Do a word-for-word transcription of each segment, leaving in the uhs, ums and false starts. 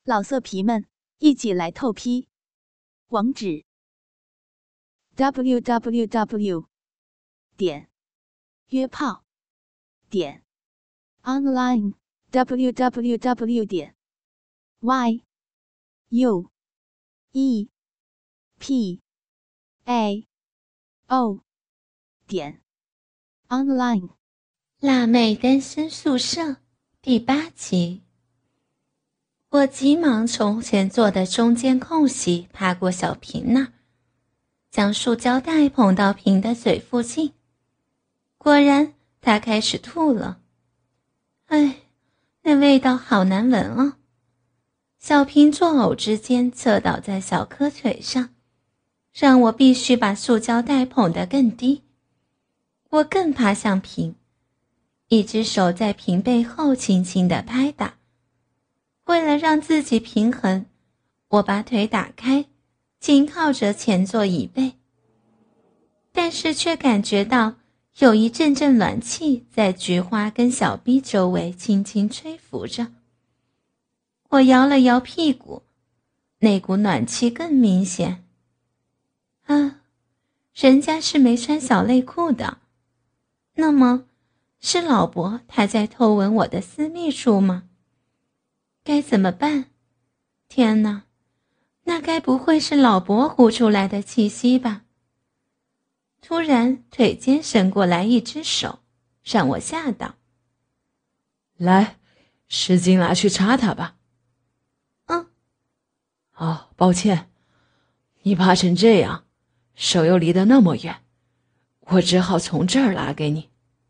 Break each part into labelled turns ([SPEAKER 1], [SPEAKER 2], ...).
[SPEAKER 1] 老色皮们，一起来透批！网址 ：double u double u double u 点约炮点 online double u double u double u 点 y u e p a o 点 online。
[SPEAKER 2] 辣妹单身宿舍第八集。我急忙从前座的中间空隙爬过小平那儿，将塑胶袋捧到平的嘴附近。果然，他开始吐了。哎，那味道好难闻啊！小平作呕之间侧倒在小柯腿上，让我必须把塑胶袋捧得更低。我更爬向平，一只手在平背后轻轻地拍打。为了让自己平衡，我把腿打开，紧靠着前座椅背，但是却感觉到有一阵阵暖气在菊花跟小臂周围轻轻吹拂着。我摇了摇屁股，那股暖气更明显。啊，人家是没穿小内裤的，那么是老伯他在偷闻我的私密处吗？该怎么办？天哪，那该不会是老伯呼出来的气息吧？突然腿间伸过来一只手，让我吓到。
[SPEAKER 3] 来，湿巾拿去擦它吧。
[SPEAKER 2] 嗯。
[SPEAKER 3] 哦，抱歉，你怕成这样，手又离得那么远，我只好从这儿拿给你。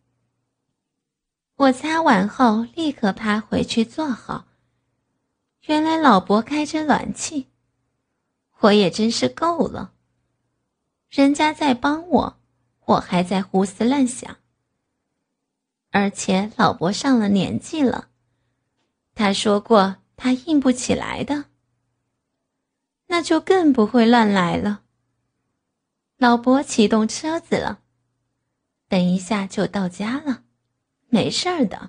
[SPEAKER 2] 我擦完后立刻趴回去坐好。原来老伯开着暖气，我也真是够了。人家在帮我，我还在胡思乱想。而且老伯上了年纪了，他说过他硬不起来的，那就更不会乱来了。老伯启动车子了，等一下就到家了，没事儿的。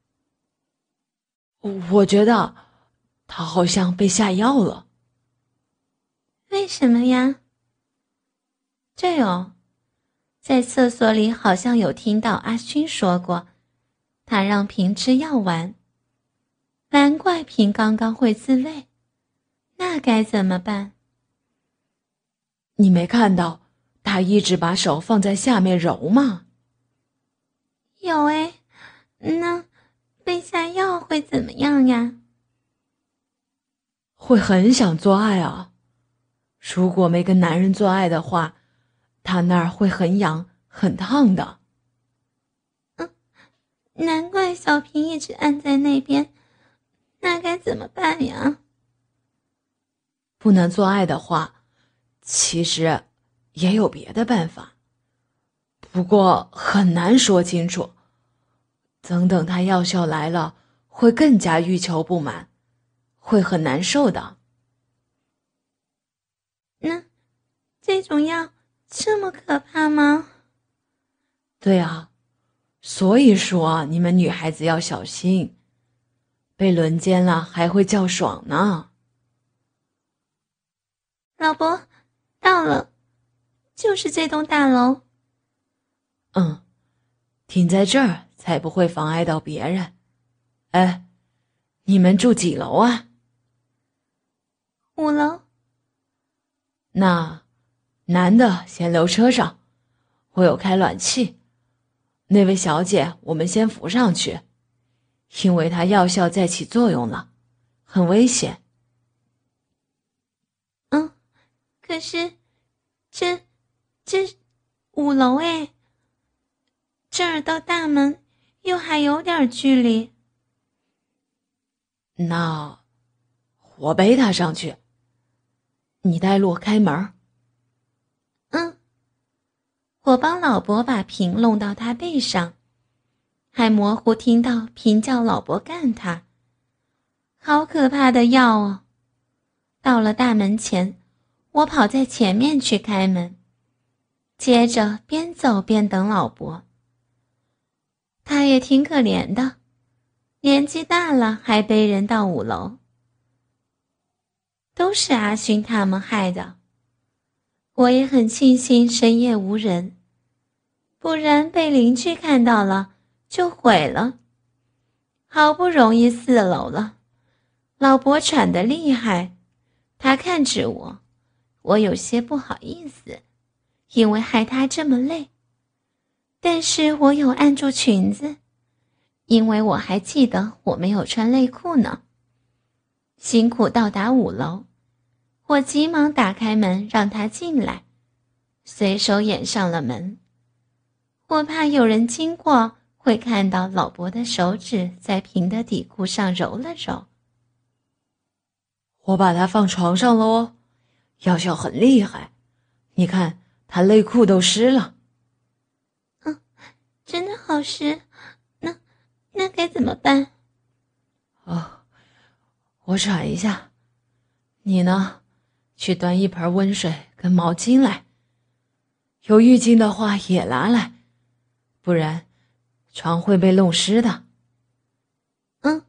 [SPEAKER 3] 我觉得他好像被下药了。
[SPEAKER 2] 为什么呀？对哦，在厕所里好像有听到阿勋说过，他让平吃药丸。难怪平刚刚会自慰，那该怎么办？
[SPEAKER 3] 你没看到他一直把手放在下面揉吗？
[SPEAKER 2] 有诶，那被下药会怎么样呀？
[SPEAKER 3] 会很想做爱啊。如果没跟男人做爱的话，他那儿会很痒很烫的。
[SPEAKER 2] 嗯，难怪小平一直按在那边，那该怎么办呀？
[SPEAKER 3] 不能做爱的话，其实也有别的办法，不过很难说清楚。等等他药效来了，会更加欲求不满，会很难受的。
[SPEAKER 2] 那这种药这么可怕吗？
[SPEAKER 3] 对啊，所以说你们女孩子要小心，被轮奸了还会叫爽呢。
[SPEAKER 2] 老伯，到了，就是这栋大楼。
[SPEAKER 3] 嗯，停在这儿才不会妨碍到别人。哎，你们住几楼啊？
[SPEAKER 2] 五楼。
[SPEAKER 3] 那男的先留车上，我有开暖气。那位小姐我们先扶上去，因为她药效在起作用了，很危险。
[SPEAKER 2] 嗯，可是这这五楼哎，这儿到大门又还有点距离。
[SPEAKER 3] 那我背她上去，你带路开门。
[SPEAKER 2] 嗯，我帮老伯把平弄到他背上，还模糊听到平叫老伯干他。好可怕的药哦！到了大门前，我跑在前面去开门，接着边走边等老伯。他也挺可怜的，年纪大了还背人到五楼。 都是阿勋他们害的。我也很庆幸深夜无人，不然被邻居看到了就毁了。好不容易四楼了，老伯喘得厉害，他看着我，我有些不好意思，因为害他这么累。但是我有按住裙子，因为我还记得我没有穿内裤呢。辛苦到达五楼，我急忙打开门让他进来，随手掩上了门。我怕有人经过会看到老伯的手指在平的底裤上揉了揉。
[SPEAKER 3] 我把他放床上了哦，药效很厉害，你看他内裤都湿了。
[SPEAKER 2] 嗯，真的好湿，那那该怎么办？
[SPEAKER 3] 哦，我喘一下，你呢，去端一盆温水跟毛巾来，有浴巾的话也拿来，不然床会被弄湿的。
[SPEAKER 2] 嗯。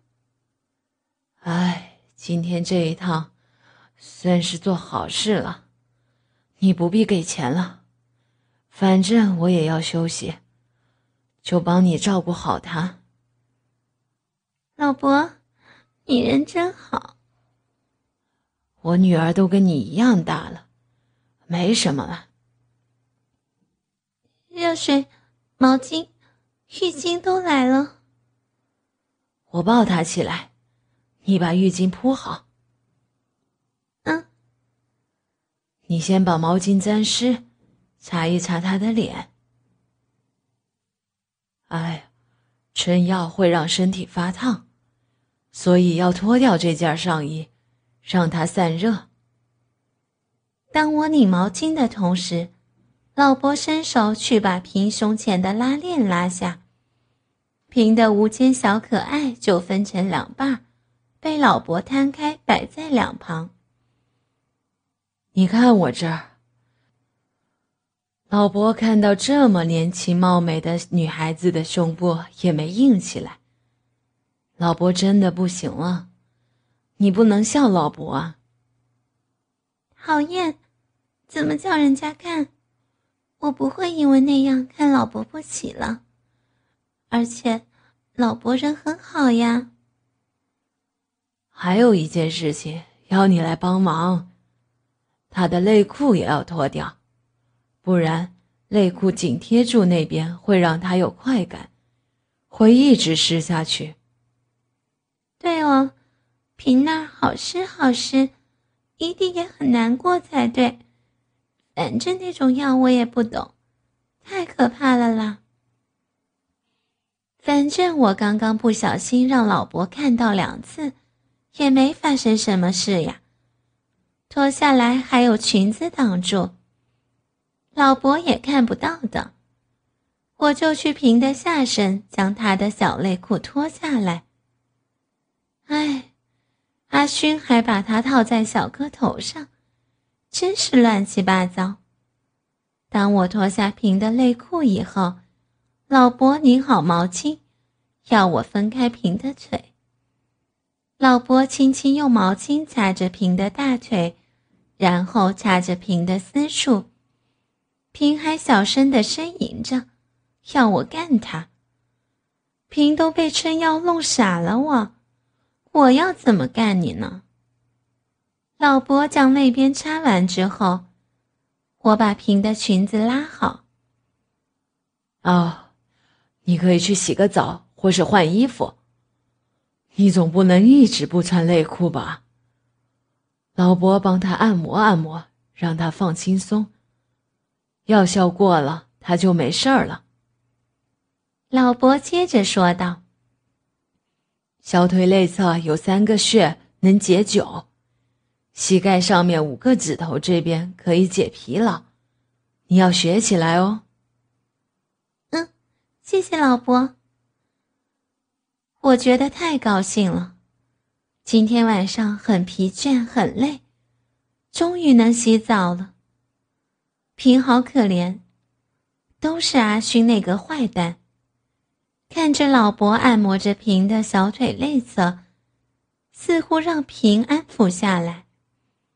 [SPEAKER 3] 哎，今天这一趟算是做好事了，你不必给钱了，反正我也要休息，就帮你照顾好他。
[SPEAKER 2] 老伯，你人真好。
[SPEAKER 3] 我女儿都跟你一样大了，没什么了。
[SPEAKER 2] 热水、毛巾、浴巾都来了。
[SPEAKER 3] 我抱她起来，你把浴巾铺好。
[SPEAKER 2] 嗯。
[SPEAKER 3] 你先把毛巾沾湿，擦一擦她的脸。哎，春药会让身体发烫，所以要脱掉这件上衣，让它散热。
[SPEAKER 2] 当我拧毛巾的同时，老伯伸手去把平胸前的拉链拉下，平的无肩小可爱就分成两半，被老伯摊开摆在两旁。
[SPEAKER 3] 你看我这儿。老伯看到这么年轻貌美的女孩子的胸部也没硬起来。老伯真的不行了，你不能笑老伯啊。
[SPEAKER 2] 讨厌，怎么叫人家看？我不会因为那样看老伯不起了。而且，老伯人很好呀。
[SPEAKER 3] 还有一件事情要你来帮忙，他的内裤也要脱掉，不然内裤紧贴住那边会让他有快感，会一直湿下去。
[SPEAKER 2] 对哦，平那儿好湿好湿，一定也很难过才对。反正那种药我也不懂，太可怕了啦。反正我刚刚不小心让老伯看到两次，也没发生什么事呀。脱下来还有裙子挡住，老伯也看不到的。我就去平的下身将他的小内裤脱下来。唉，阿勋还把它套在小个头上，真是乱七八糟。当我脱下平的内裤以后，老伯拧好毛巾，要我分开平的腿。老伯轻轻用毛巾擦着平的大腿，然后擦着平的私处。平还小声地呻吟着，要我干他。平都被春药弄傻了我，我要怎么干你呢？老伯将那边擦完之后，我把平的裙子拉好。
[SPEAKER 3] 哦，你可以去洗个澡或是换衣服，你总不能一直不穿内裤吧？老伯帮他按摩按摩，让他放轻松，药效过了他就没事儿了。
[SPEAKER 2] 老伯接着说道，
[SPEAKER 3] 小腿内侧有三个穴能解酒，膝盖上面五个指头这边可以解疲劳，你要学起来哦。
[SPEAKER 2] 嗯，谢谢老伯。我觉得太高兴了，今天晚上很疲倦很累，终于能洗澡了。平好可怜，都是阿勋那个坏蛋。看着老伯按摩着平的小腿内侧，似乎让平安抚下来。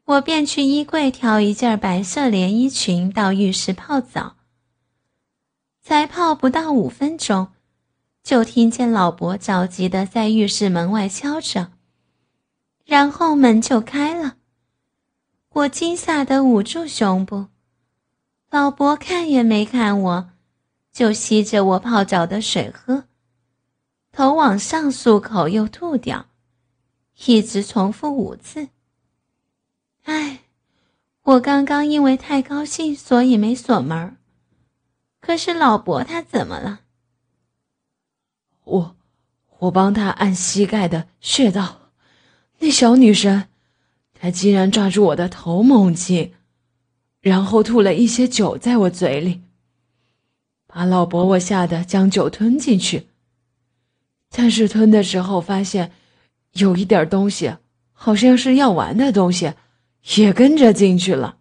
[SPEAKER 2] 我便去衣柜挑一件白色连衣裙到浴室泡澡。才泡不到五分钟，就听见老伯着急地在浴室门外敲着，然后门就开了。我惊吓地捂住胸部，老伯看也没看我，就吸着我泡澡的水喝，头往上漱口又吐掉，一直重复五次。唉，我刚刚因为太高兴，所以没锁门。可是老伯他怎么了？
[SPEAKER 3] 我我帮他按膝盖的穴道，那小女生她竟然抓住我的头猛亲，然后吐了一些酒在我嘴里，把老伯我吓得将酒吞进去。但是吞的时候发现有一点东西，好像是药丸的东西，也跟着进去了。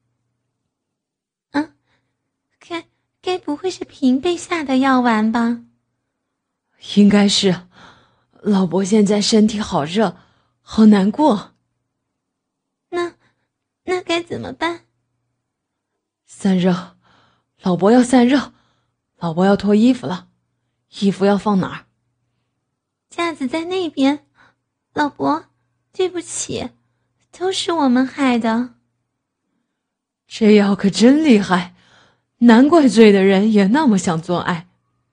[SPEAKER 2] 啊，该该不会是平被下的药丸吧？
[SPEAKER 3] 应该是。老伯现在身体好热，好难过。
[SPEAKER 2] 那那该怎么办？
[SPEAKER 3] 散热，老伯要散热，老伯要脱衣服了，衣服要放哪儿？
[SPEAKER 2] 架子在那边。老伯，对不起，都是我们害的。
[SPEAKER 3] 这药可真厉害，难怪醉的人也那么想做爱。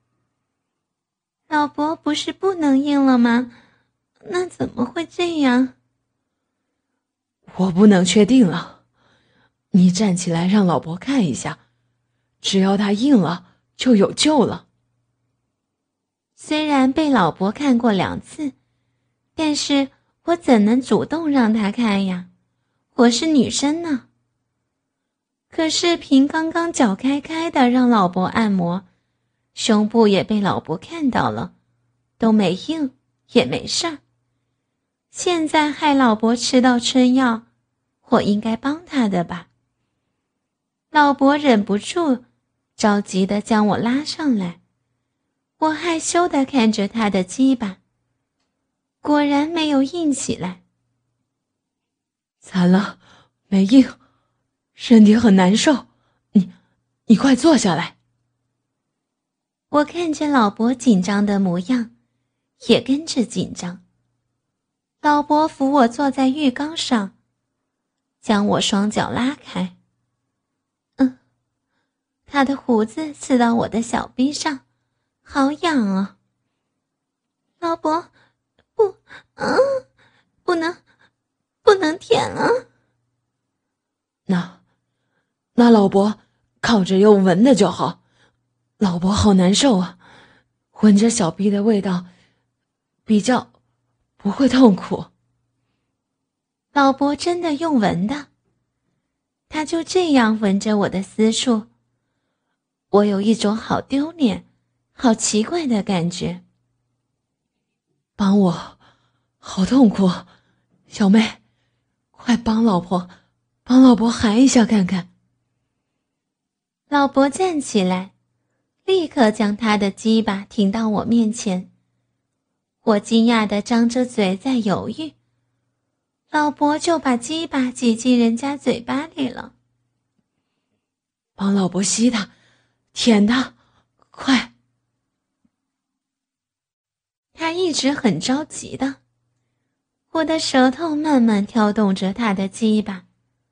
[SPEAKER 2] 老伯不是不能硬了吗？那怎么会这样？
[SPEAKER 3] 我不能确定了，你站起来让老伯看一下，只要他硬了就有救了。
[SPEAKER 2] 虽然被老伯看过两次，但是我怎能主动让他看呀？我是女生呢。可是凭刚刚脚开开的让老伯按摩，胸部也被老伯看到了，都没硬也没事儿。现在害老伯吃到春药，我应该帮他的吧？老伯忍不住着急地将我拉上来，我害羞地看着他的鸡巴，果然没有硬起来。
[SPEAKER 3] 惨了，没硬，身体很难受，你你快坐下来。
[SPEAKER 2] 我看见老伯紧张的模样，也跟着紧张。老伯扶我坐在浴缸上，将我双脚拉开。嗯，他的胡子刺到我的小臂上，好痒啊！老伯，不，嗯，不能，不能舔了。
[SPEAKER 3] 那，那老伯靠着用闻的就好。老伯好难受啊，闻着小臂的味道，比较不会痛苦。
[SPEAKER 2] 老伯真的用闻的，他就这样闻着我的私处，我有一种好丢脸、好奇怪的感觉。
[SPEAKER 3] 帮我，好痛苦，小妹，快帮老婆，帮老伯含一下看看。
[SPEAKER 2] 老伯站起来，立刻将他的鸡巴挺到我面前。我惊讶地张着嘴在犹豫，老伯就把鸡巴挤进人家嘴巴里了。
[SPEAKER 3] 帮老伯吸他，舔他，快！
[SPEAKER 2] 他一直很着急的，我的舌头慢慢挑动着他的鸡巴。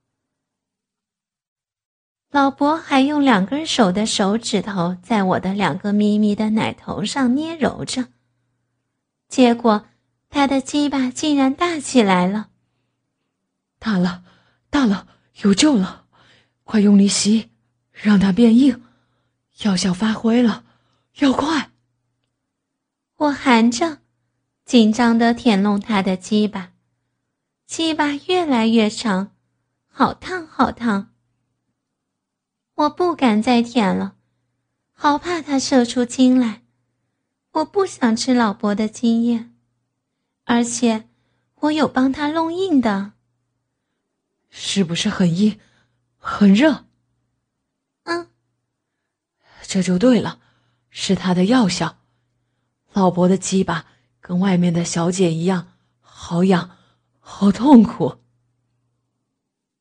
[SPEAKER 2] 老伯还用两根手的手指头在我的两个咪咪的奶头上捏揉着，结果他的鸡巴竟然大起来了。
[SPEAKER 3] 大了，大了，有救了！快用力吸，让它变硬，药效发挥了，要快！
[SPEAKER 2] 我含着，紧张地舔弄他的鸡巴，鸡巴越来越长，好烫好烫。我不敢再舔了，好怕他射出精来。我不想吃老伯的精液，而且我有帮他弄硬的。
[SPEAKER 3] 是不是很硬，很热？
[SPEAKER 2] 嗯，
[SPEAKER 3] 这就对了，是他的药效。老伯的鸡巴跟外面的小姐一样，好痒，好痛苦。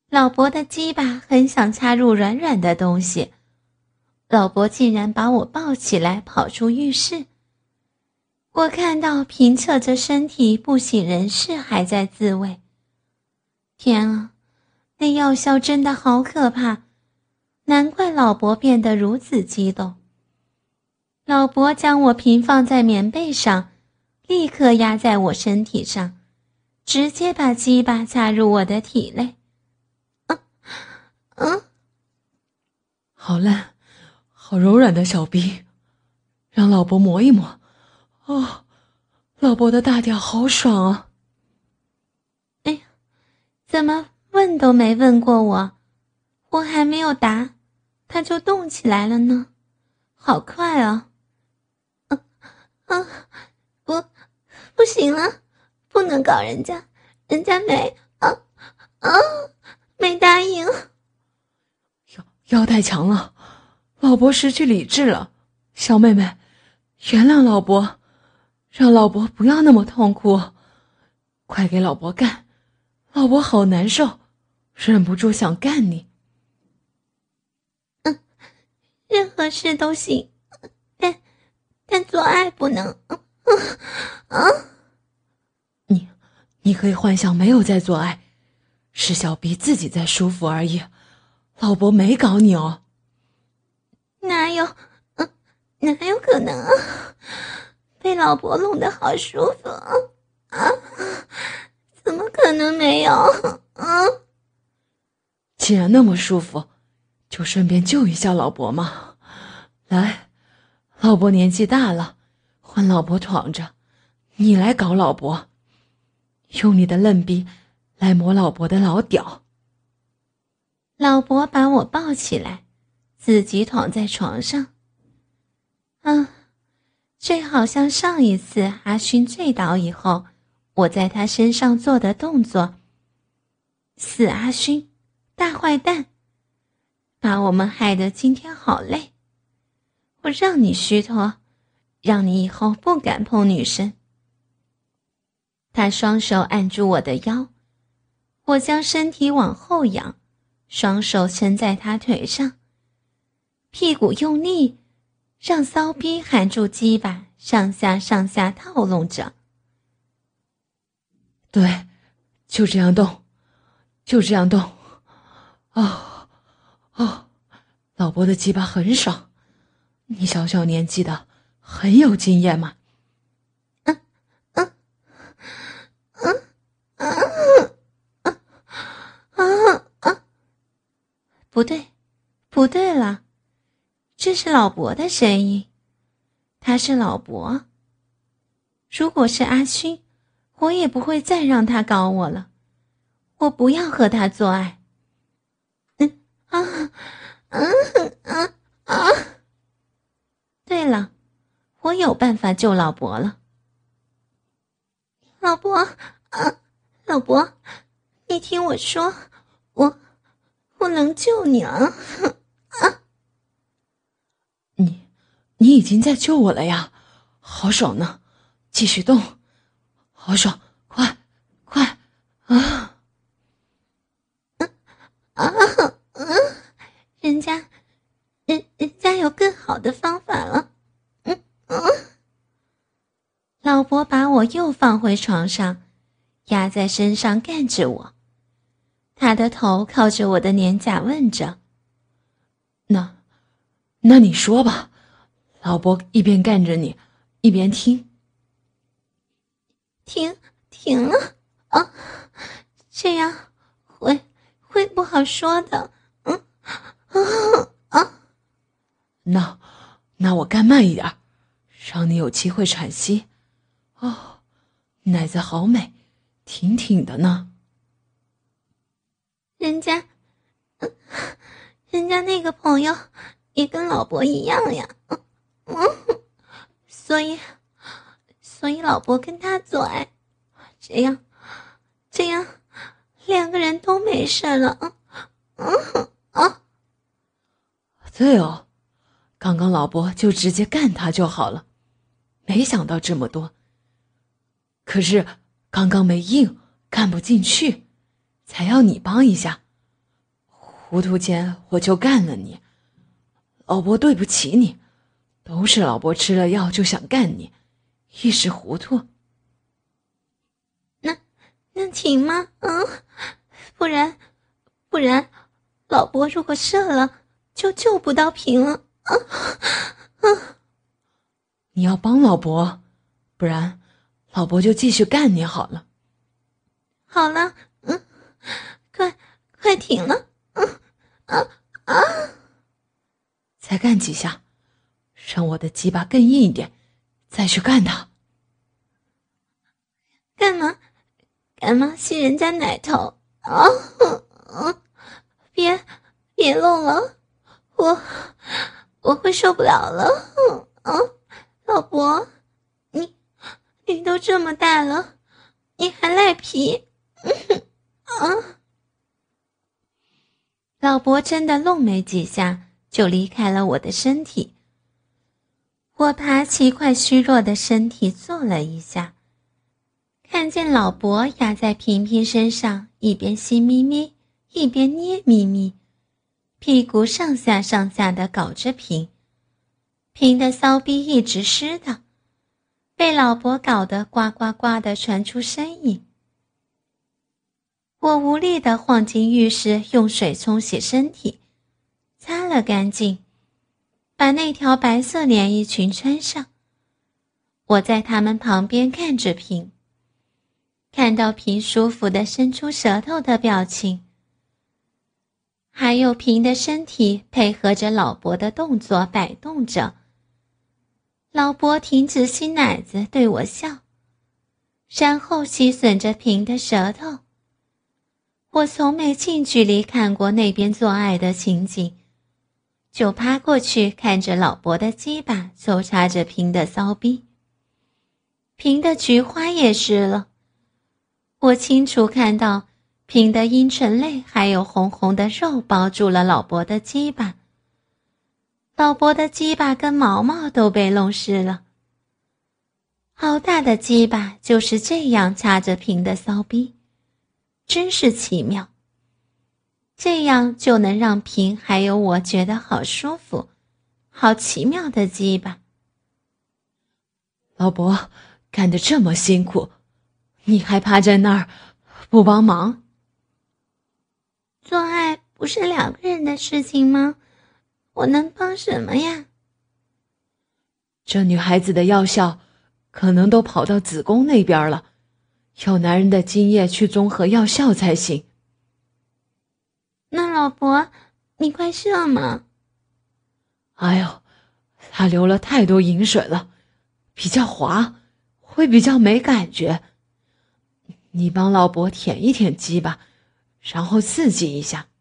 [SPEAKER 2] 老伯的鸡巴很想插入软软的东西，老伯竟然把我抱起来跑出浴室。我看到平侧着身体不省人事还在自慰。天啊，那药效真的好可怕，难怪老伯变得如此激动。老伯将我平放在棉被上，立刻压在我身体上，直接把鸡巴插入我的体内。嗯嗯，
[SPEAKER 3] 好烂，好柔软的小逼，让老伯磨一磨。哦，老伯的大屌好爽啊！
[SPEAKER 2] 哎呀，怎么问都没问过我，我还没有答，他就动起来了呢，好快啊！啊啊，不，不行了，不能搞人家，人家没啊啊，没答应。
[SPEAKER 3] 药药太强了，老伯失去理智了。小妹妹，原谅老伯。让老伯不要那么痛苦，快给老伯干，老伯好难受，忍不住想干你。
[SPEAKER 2] 嗯，任何事都行，但但做爱不能。嗯嗯，
[SPEAKER 3] 你你可以幻想没有在做爱，是小逼自己在舒服而已，老伯没搞你哦。
[SPEAKER 2] 哪有？嗯，哪有可能啊？被老伯弄得好舒服啊！啊，怎么可能没有？啊！
[SPEAKER 3] 既然那么舒服，就顺便救一下老伯嘛。来，老伯年纪大了，换老伯闯着，你来搞老伯，用你的嫩逼来磨老伯的老屌。
[SPEAKER 2] 老伯把我抱起来，自己躺在床上。啊。这好像上一次阿勋醉倒以后，我在他身上做的动作。死阿勋，大坏蛋，把我们害得今天好累。我让你虚脱，让你以后不敢碰女生。他双手按住我的腰，我将身体往后仰，双手撑在他腿上，屁股用力，让骚逼含住鸡巴，上下上下套弄着。
[SPEAKER 3] 对，就这样动，就这样动。哦哦，老伯的鸡巴很爽，你小小年纪的很有经验嘛。
[SPEAKER 2] 嗯嗯嗯嗯嗯嗯嗯，不对，不对了。这是老伯的声音，他是老伯。如果是阿勋，我也不会再让他搞我了。我不要和他做爱。嗯啊嗯啊啊！对了，我有办法救老伯了。老伯啊，老伯，你听我说，我我能救你了啊！
[SPEAKER 3] 你你已经在救我了呀，好爽呢，继续动，好爽，快快啊！
[SPEAKER 2] 嗯啊嗯，人家人人家有更好的方法了。嗯嗯，老伯把我又放回床上，压在身上干着我，他的头靠着我的脸颊问着：
[SPEAKER 3] 那那你说吧，老伯一边干着你，一边听。
[SPEAKER 2] 停停了啊，这样会会不好说的。嗯啊啊，
[SPEAKER 3] 那那我干慢一点，让你有机会喘息。哦，奶子好美，挺挺的呢。
[SPEAKER 2] 人家，嗯，人家那个朋友也跟老伯一样呀。嗯嗯，所以所以老伯跟他做爱，这样这样两个人都没事了。嗯嗯啊，
[SPEAKER 3] 对哦，刚刚老伯就直接干他就好了，没想到这么多。可是刚刚没硬，干不进去，才要你帮一下。 糊涂间我就干了你。老伯对不起你，都是老伯吃了药就想干你，一时糊涂。
[SPEAKER 2] 那能停吗？嗯，不然不然老伯如果射了就救不到平了。啊啊！
[SPEAKER 3] 你要帮老伯，不然老伯就继续干你好了。
[SPEAKER 2] 好了，嗯，快快停了。嗯啊啊！
[SPEAKER 3] 再干几下，让我的鸡巴更硬一点，再去干他。
[SPEAKER 2] 干嘛？干嘛吸人家奶头？啊！嗯，别别弄了，我我会受不了了。嗯嗯，老伯，你你都这么大了，你还赖皮？嗯啊！老伯真的弄没几下就离开了我的身体。我爬起快虚弱的身体坐了一下，看见老伯压在平平身上，一边吸咪咪一边捏咪咪，屁股上下上下的搞着平，平的骚逼一直湿的，被老伯搞得呱呱呱地传出声音。我无力地晃进浴室，用水冲洗身体，擦了干净，把那条白色连衣裙穿上。我在他们旁边看着平，看到平舒服地伸出舌头的表情，还有平的身体配合着老伯的动作摆动着。老伯停止吸奶子对我笑，然后吸吮着平的舌头。我从没近距离看过那边做爱的情景，就趴过去看着老伯的鸡巴抽插着平的骚逼。平的菊花也湿了，我清楚看到平的阴唇内还有红红的肉包住了老伯的鸡巴，老伯的鸡巴跟毛毛都被弄湿了。好大的鸡巴就是这样插着平的骚逼，真是奇妙，这样就能让平还有我觉得好舒服，好奇妙的鸡巴。
[SPEAKER 3] 老伯干得这么辛苦，你还趴在那儿不帮忙？
[SPEAKER 2] 做爱不是两个人的事情吗？我能帮什么呀？
[SPEAKER 3] 这女孩子的药效可能都跑到子宫那边了，要男人的精液去综合药效才行。
[SPEAKER 2] 那老伯，你快射嘛！
[SPEAKER 3] 哎呦，他流了太多饮水了，比较滑，会比较没感觉。你帮老伯舔一舔鸡巴，然后刺激一下。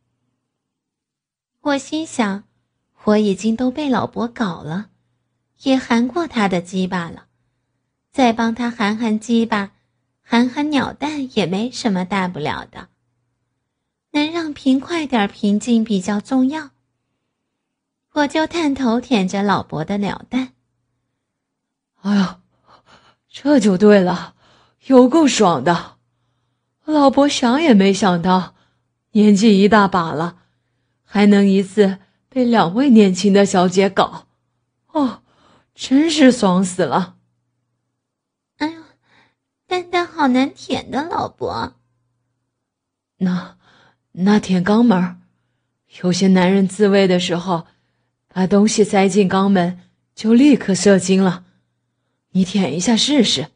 [SPEAKER 2] 我心想，我已经都被老伯搞了，也含过他的鸡巴了，再帮他含含鸡巴，含含鸟蛋也没什么大不了的。能让平快点平静比较重要。我就探头舔着老伯的鸟蛋。
[SPEAKER 3] 哎呀，这就对了，有够爽的。老伯想也没想到，年纪一大把了，还能一次被两位年轻的小姐搞。哦，真是爽死了。
[SPEAKER 2] 哎呦，蛋蛋好难舔的，老伯。
[SPEAKER 3] 那那舔肛门，有些男人自慰的时候，把东西塞进肛门就立刻射精了。你舔一下试试。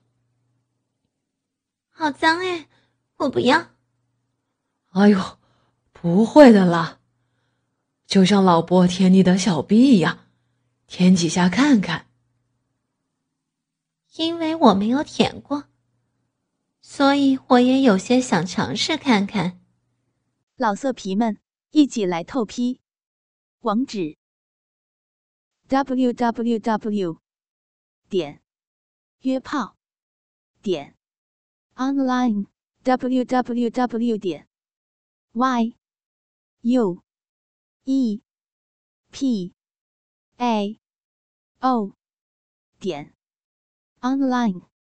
[SPEAKER 2] 好脏哎，我不要。
[SPEAKER 3] 哎呦，不会的啦，就像老伯舔你的小逼一样，舔几下看看。
[SPEAKER 2] 因为我没有舔过，所以我也有些想尝试看看。
[SPEAKER 1] 老色皮们，一起来透批！网址 ：double u double u double u 点约炮点 online w w w 点 y u e p a o 点 online。